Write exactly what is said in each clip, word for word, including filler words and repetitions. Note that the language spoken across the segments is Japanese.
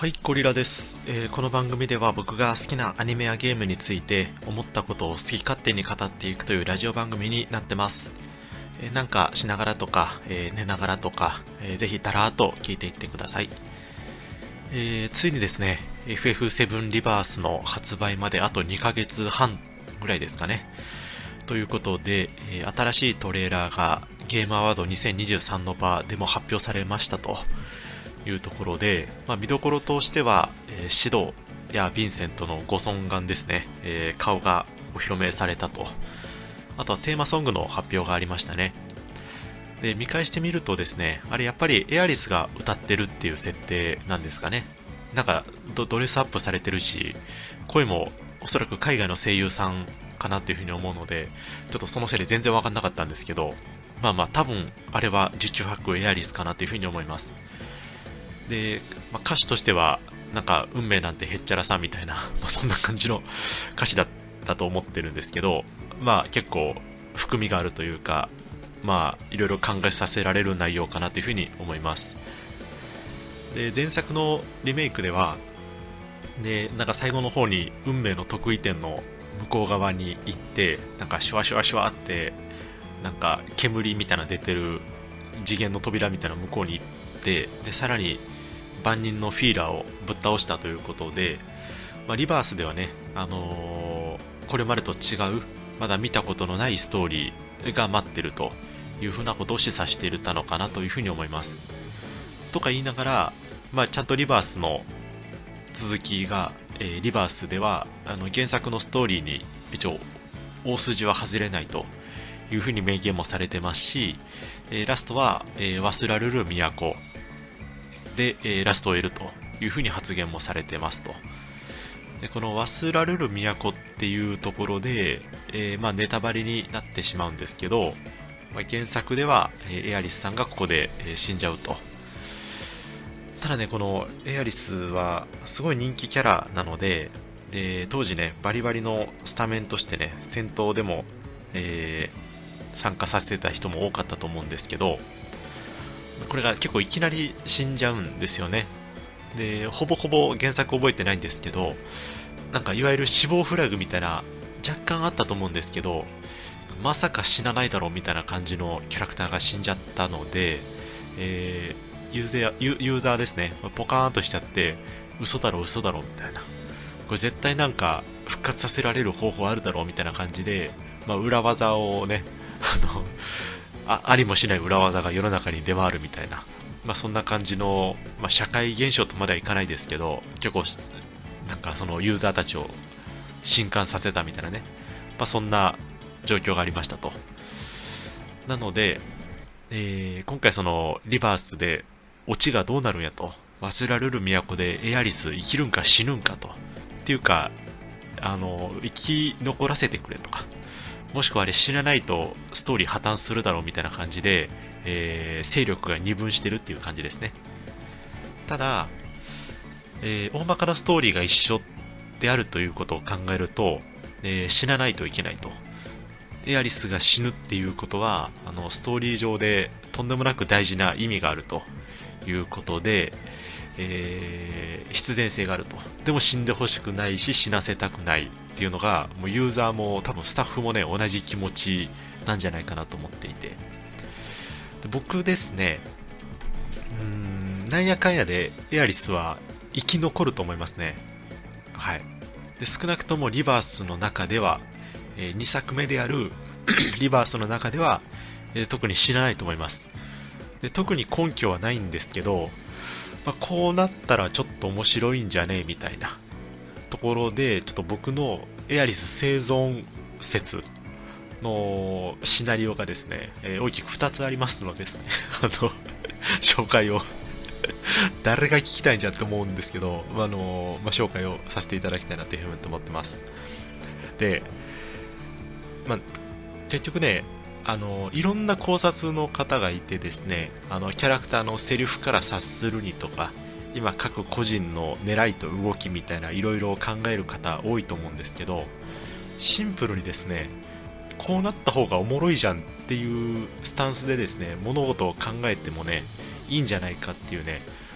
はい、ゴリラです、えーこの番組では僕が好きなアニメやゲームについて思ったことを好き勝手に語っていくというラジオ番組になってます。えーなんかしながらとか、えー寝ながらとか、えーぜひだらーっと聞いていってください。えーついにですね エフエフセブン リバースの発売まであとにかげつはんぐらいですかね。ということで、えー新しいトレーラーがゲームアワードにせんにじゅうさんの場でも発表されましたというところで、まあ、見どころとしては、えーシドやヴィンセントのご尊顔ですね、えー顔がお披露目されたと。あとはテーマソングの発表がありましたね。で、見返してみるとですね、あれやっぱりエアリスが歌ってるっていう設定なんですかね。なんかドドレスアップされてるし、声もおそらく海外の声優さんかなっていうふうに思うので、ちょっとそのせいで全然わかんなかったんですけど、まあまあ多分あれは十中八九エアリスかなというふうに思います。で、まあ、歌詞としてはなんか運命なんてへっちゃらさみたいな、まあ、そんな感じの歌詞だったと思ってるんですけど、まあ結構含みがあるというか、まあいろいろ考えさせられる内容かなというふうに思います。で、前作のリメイクではでなんか最後の方に運命の得意点の向こう側に行って、なんかシュワシュワシュワってなんか煙みたいな出てる次元の扉みたいな向こうに行って、でさらに万人のフィーラーをぶっ倒したということで、まあ、リバースではね、あのーこれまでと違う、まだ見たことのないストーリーが待ってるというふうなことを示唆していたのかなというふうに思います。とか言いながら、まあ、ちゃんとリバースの続きが、えーリバースではあの原作のストーリーに一応大筋は外れないというふうに明言もされてますし、えーラストは、えーワスラルル都で、えーラストを得るというふうに発言もされてますと。で、このワスラルル都っていうところで、えーまあ、ネタバレになってしまうんですけど、まあ、原作では、えーエアリスさんがここで、えー死んじゃうと。ただね、このエアリスはすごい人気キャラなので、で当時ねバリバリのスタメンとしてね戦闘でも、えー参加させてた人も多かったと思うんですけど、これが結構いきなり死んじゃうんですよね。で、ほぼほぼ原作覚えてないんですけど、なんかいわゆる死亡フラグみたいな若干あったと思うんですけど、まさか死なないだろうみたいな感じのキャラクターが死んじゃったので、えーユーザーユユーザーですね、ポカーンとしちゃって、嘘だろ嘘だろみたいな、これ絶対なんか復活させられる方法あるだろうみたいな感じで、まあ、裏技をね、あのあありもしない裏技が世の中に出回るみたいな、まあ、そんな感じの、まあ、社会現象とまではいかないですけど、結構なんかそのユーザーたちを震撼させたみたいなね、まあ、そんな状況がありましたと。なので、えー今回そのリバースでオチがどうなるんやと、ワスラルル都でエアリス生きるんか死ぬんかと、っていうか、あの生き残らせてくれとか、もしくはあれ死なないとストーリー破綻するだろうみたいな感じで、えー勢力が二分してるっていう感じですね。ただ、えー大まかなストーリーが一緒であるということを考えると、えー死なないといけないと。エアリスが死ぬっていうことは、あのストーリー上でとんでもなく大事な意味があるということで、えー必然性があると。でも死んでほしくないし死なせたくないっていうのが、もうユーザーも多分スタッフもね同じ気持ちなんじゃないかなと思っていて、で僕ですね、うーんなんやかんやでエアリスは生き残ると思いますね。はい。で、少なくともリバースの中では、えーにさくめであるリバースの中では、えー特に死なないと思います。で、特に根拠はないんですけど、まあ、こうなったらちょっと面白いんじゃねえみたいなところで、ちょっと僕のエアリス生存説のシナリオがですね、えー大きくふたつありますのでですね、あの、紹介を誰が聞きたいんじゃって思うんですけど、まああのまあ、紹介をさせていただきたいなというふうに思ってます。で、まあ、結局ね、あのいろんな考察の方がいてですね、あのキャラクターのセリフから察するにとか、今各個人の狙いと動きみたいないろいろ考える方多いと思うんですけど、シンプルにですね、こうなった方がおもろいじゃんっていうスタンスでですね物事を考えてもねいいんじゃないかっていうね、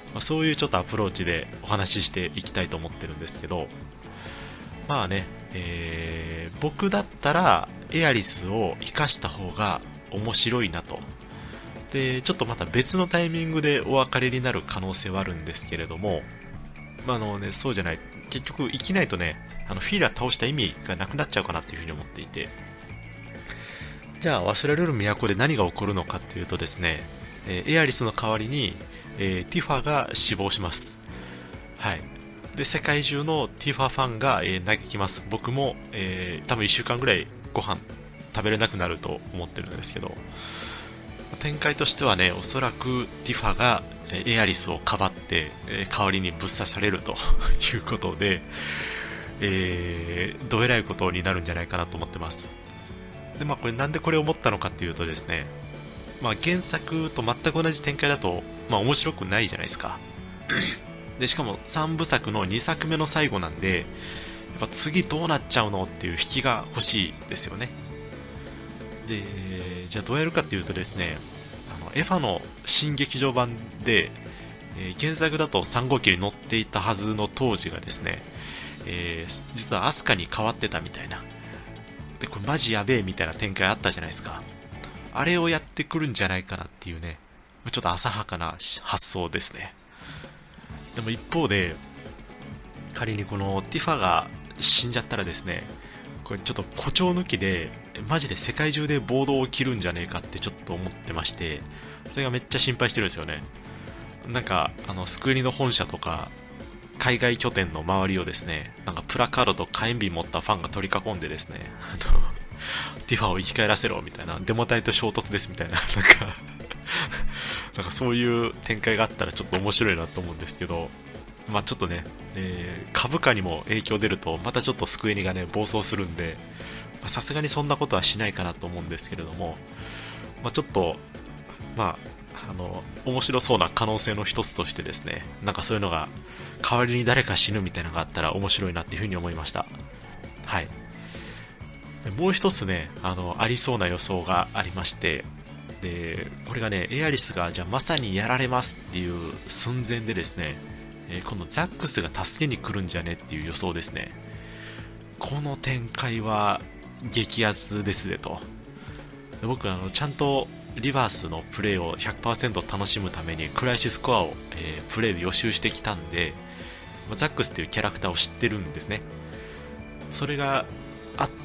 まあ、そういうちょっとアプローチでお話ししていきたいと思ってるんですけど、まあね、えー、僕だったらエアリスを活かした方が面白いなと。でちょっとまた別のタイミングでお別れになる可能性はあるんですけれども、まああのね、そうじゃない、結局生きないとね、あのフィーラー倒した意味がなくなっちゃうかなっていうふうに思っていて、じゃあ忘れられる都で何が起こるのかっていうとですね、えーエアリスの代わりに、えーティファが死亡します。はい。で世界中のティファファンが、えー嘆きます。僕も、えー多分いっしゅうかんぐらいご飯食べれなくなると思ってるんですけど、展開としてはね、おそらくティファがえーエアリスをかばって、えー代わりにぶっ刺されるということで、えー、どえらいことになるんじゃないかなと思ってます。で、まあ、これなんでこれを思ったのかっていうとですね、まあ、原作と全く同じ展開だと、まあ、面白くないじゃないですか。でしかもさんぶさくのにさくめの最後なんで、やっぱ次どうなっちゃうのっていう引きが欲しいですよね。でじゃあどうやるかっていうとですね、あのエファの新劇場版で、えー原作だとさん号機に乗っていたはずの当時がですね、えー実はアスカに変わってたみたいな、でこれマジやべえみたいな展開あったじゃないですか。あれをやってくるんじゃないかなっていうね、ちょっと浅はかな発想ですね。でも一方で、仮にこのティファが死んじゃったらですね、これちょっと誇張抜きでマジで世界中で暴動起きるんじゃねえかってちょっと思ってまして、それがめっちゃ心配してるんですよね。なんかあのスクエニの本社とか海外拠点の周りをですね、なんかプラカードと火炎瓶持ったファンが取り囲んでですね、あのティファを生き返らせろみたいな、デモ隊と衝突ですみたいな、なんかなんかそういう展開があったらちょっと面白いなと思うんですけど、まあちょっとね、えー株価にも影響出るとまたちょっとスクエニがね暴走するんで、さすがにそんなことはしないかなと思うんですけれども、まあ、ちょっとまああの面白そうな可能性の一つとしてですね、なんかそういうのが代わりに誰か死ぬみたいなのがあったら面白いなっていうふうに思いました。はい。でもう一つね、あのありそうな予想がありまして、でこれがね、エアリスがじゃあまさにやられますっていう寸前でですね、えー今度ザックスが助けに来るんじゃねっていう予想ですね。この展開は激アツですねと。で僕あのちゃんとリバースのプレイを ひゃくパーセント 楽しむためにクライシスコアを、えープレイで予習してきたんで、まあザックスっていうキャラクターを知ってるんですね。それがあって、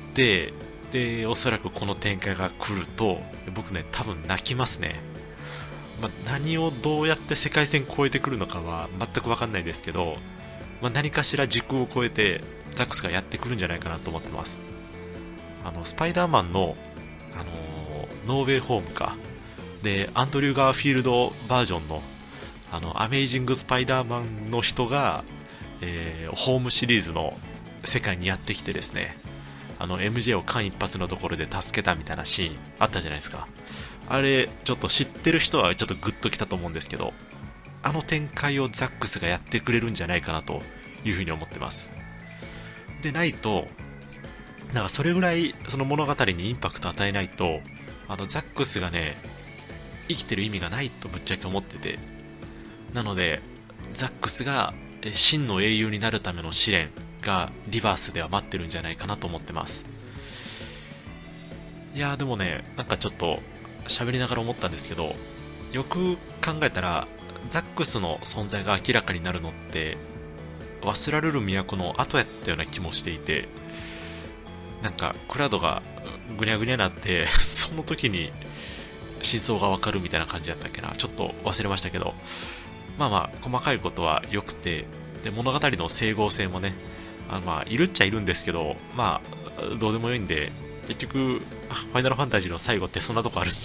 でおそらくこの展開が来ると僕ね多分泣きますね。まあ、何をどうやって世界線越えてくるのかは全く分かんないですけど、まあ、何かしら時空を超えてザックスがやってくるんじゃないかなと思ってます。あのスパイダーマンの、あのーノーウェイホームかでアンドリュー・ガーフィールドバージョンの、あのアメイジング・スパイダーマンの人が、えーホームシリーズの世界にやってきてですね、あの エムジェー を間一髪のところで助けたみたいなシーンあったじゃないですか。あれちょっと知ってる人はちょっとグッときたと思うんですけど、あの展開をザックスがやってくれるんじゃないかなというふうに思ってます。でないと、なんかそれぐらいその物語にインパクト与えないと、あのザックスがね生きてる意味がないとぶっちゃけ思ってて、なのでザックスがえ真の英雄になるための試練がリバースでは待ってるんじゃないかなと思ってます。いやーでもね、なんかちょっと喋りながら思ったんですけど、よく考えたらザックスの存在が明らかになるのって忘れられる都の後やったような気もしていて、なんかクラウドがぐにゃぐにゃになってその時に真相がわかるみたいな感じだったっけな、ちょっと忘れましたけど、まあまあ細かいことは良くて、で物語の整合性もね、あまあいるっちゃいるんですけど、まあどうでもよいんで、結局ファイナルファンタジーの最後ってそんなとこあるんで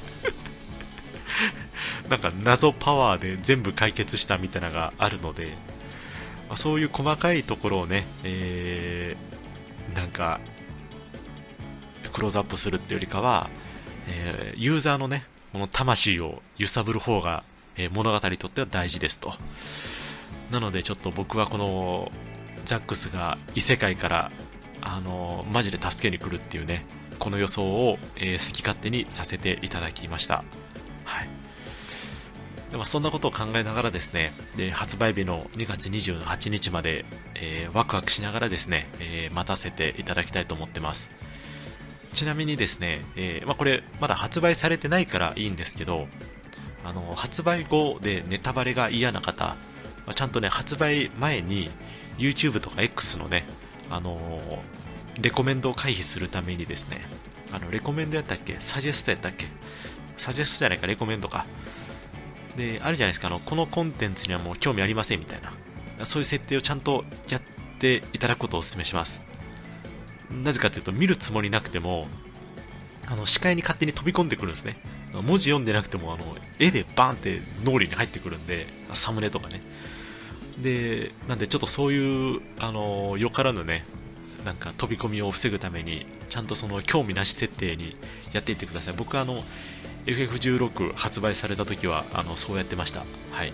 なんか謎パワーで全部解決したみたいなのがあるので、まあ、そういう細かいところをね、えー、なんかクローズアップするっていうよりかは、えーユーザーのねこの魂を揺さぶる方が、えー物語にとっては大事ですと。なのでちょっと僕はこのザックスが異世界からあのマジで助けに来るっていうね、この予想を、えー好き勝手にさせていただきました。はい。 でまあ、そんなことを考えながらですね、で発売日のにがつにじゅうはちにちまで、えー、ワクワクしながらですね、えー、待たせていただきたいと思ってます。ちなみにですね、えーまあ、これまだ発売されてないからいいんですけど、あの発売後でネタバレが嫌な方、まあ、ちゃんとね発売前に YouTube とか X のね、あのー、レコメンドを回避するためにですね、あのレコメンドやったっけサジェストやったっけサジェストじゃないかレコメンドかであるじゃないですか、あのこのコンテンツにはもう興味ありませんみたいな、そういう設定をちゃんとやっていただくことをお勧めします。なぜかというと、見るつもりなくてもあの視界に勝手に飛び込んでくるんですね。文字読んでなくてもあの絵でバーンって脳裏に入ってくるんで、サムネとかね。でなんでちょっとそういうあのよからぬね、なんか飛び込みを防ぐためにちゃんとその興味なし設定にやっていってください。僕はあのエフエフじゅうろく 発売された時はあのそうやってました。はい。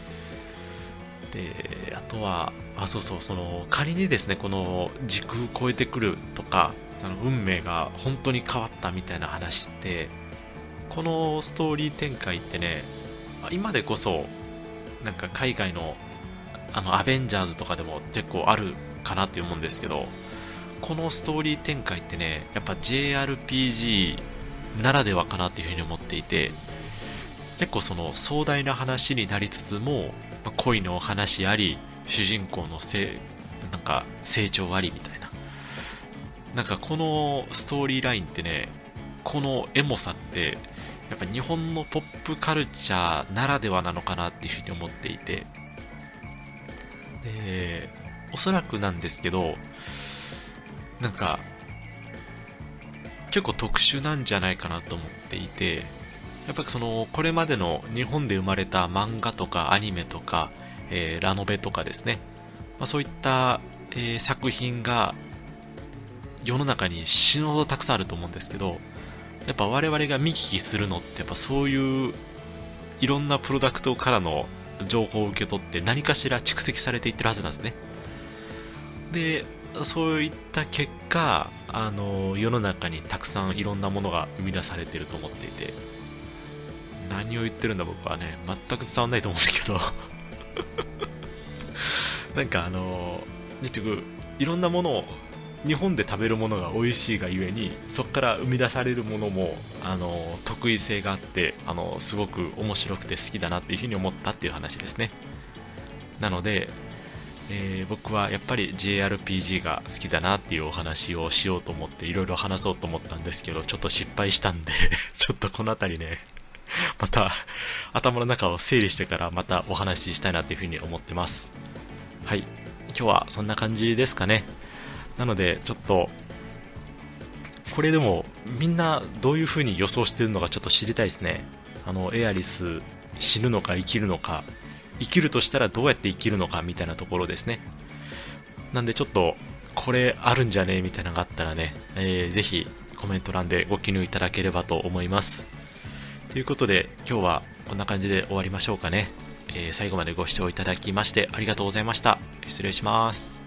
であとはあそうそうその仮にですね、この時空を超えてくるとか、あの運命が本当に変わったみたいな話って、このストーリー展開ってね、今でこそなんか海外のあのアベンジャーズとかでも結構あるかなって思うんですけど、このストーリー展開ってね、やっぱ ジェイアールピージー ならではかなっていうふうに思っていて、結構その壮大な話になりつつも、まあ、恋の話あり、主人公のせなんか成長ありみたいな、なんかこのストーリーラインってね、このエモさってやっぱ日本のポップカルチャーならではなのかなっていうふうに思っていて、でおそらくなんですけど、なんか結構特殊なんじゃないかなと思っていて、やっぱりそのこれまでの日本で生まれた漫画とかアニメとか、えー、ラノベとかですね、まあ、そういった、えー、作品が世の中に死ぬほどたくさんあると思うんですけど、やっぱ我々が見聞きするのってやっぱそういういろんなプロダクトからの情報を受け取って何かしら蓄積されていってるはずなんですね。でそういった結果、あの世の中にたくさんいろんなものが生み出されていると思っていて、何を言ってるんだ僕はね、全く伝わんないと思うんですけどなんかあの結局いろんなものを、日本で食べるものが美味しいがゆえに、そこから生み出されるものもあの得意性があって、あのすごく面白くて好きだなっていうふうに思ったっていう話ですね。なので、えー、僕はやっぱり ジェイアールピージー が好きだなっていうお話をしようと思っていろいろ話そうと思ったんですけど、ちょっと失敗したんでちょっとこのあたりね、また頭の中を整理してからまたお話ししたいなというふうに思ってます。はい、今日はそんな感じですかね。なのでちょっとこれでもみんなどういうふうに予想してるのかちょっと知りたいですね。あのエアリス死ぬのか生きるのか、生きるとしたらどうやって生きるのかみたいなところですね。なんでちょっとこれあるんじゃねえみたいなのがあったらね、えー、ぜひコメント欄でご記入いただければと思います。ということで今日はこんな感じで終わりましょうかね。えー、最後までご視聴いただきましてありがとうございました。失礼します。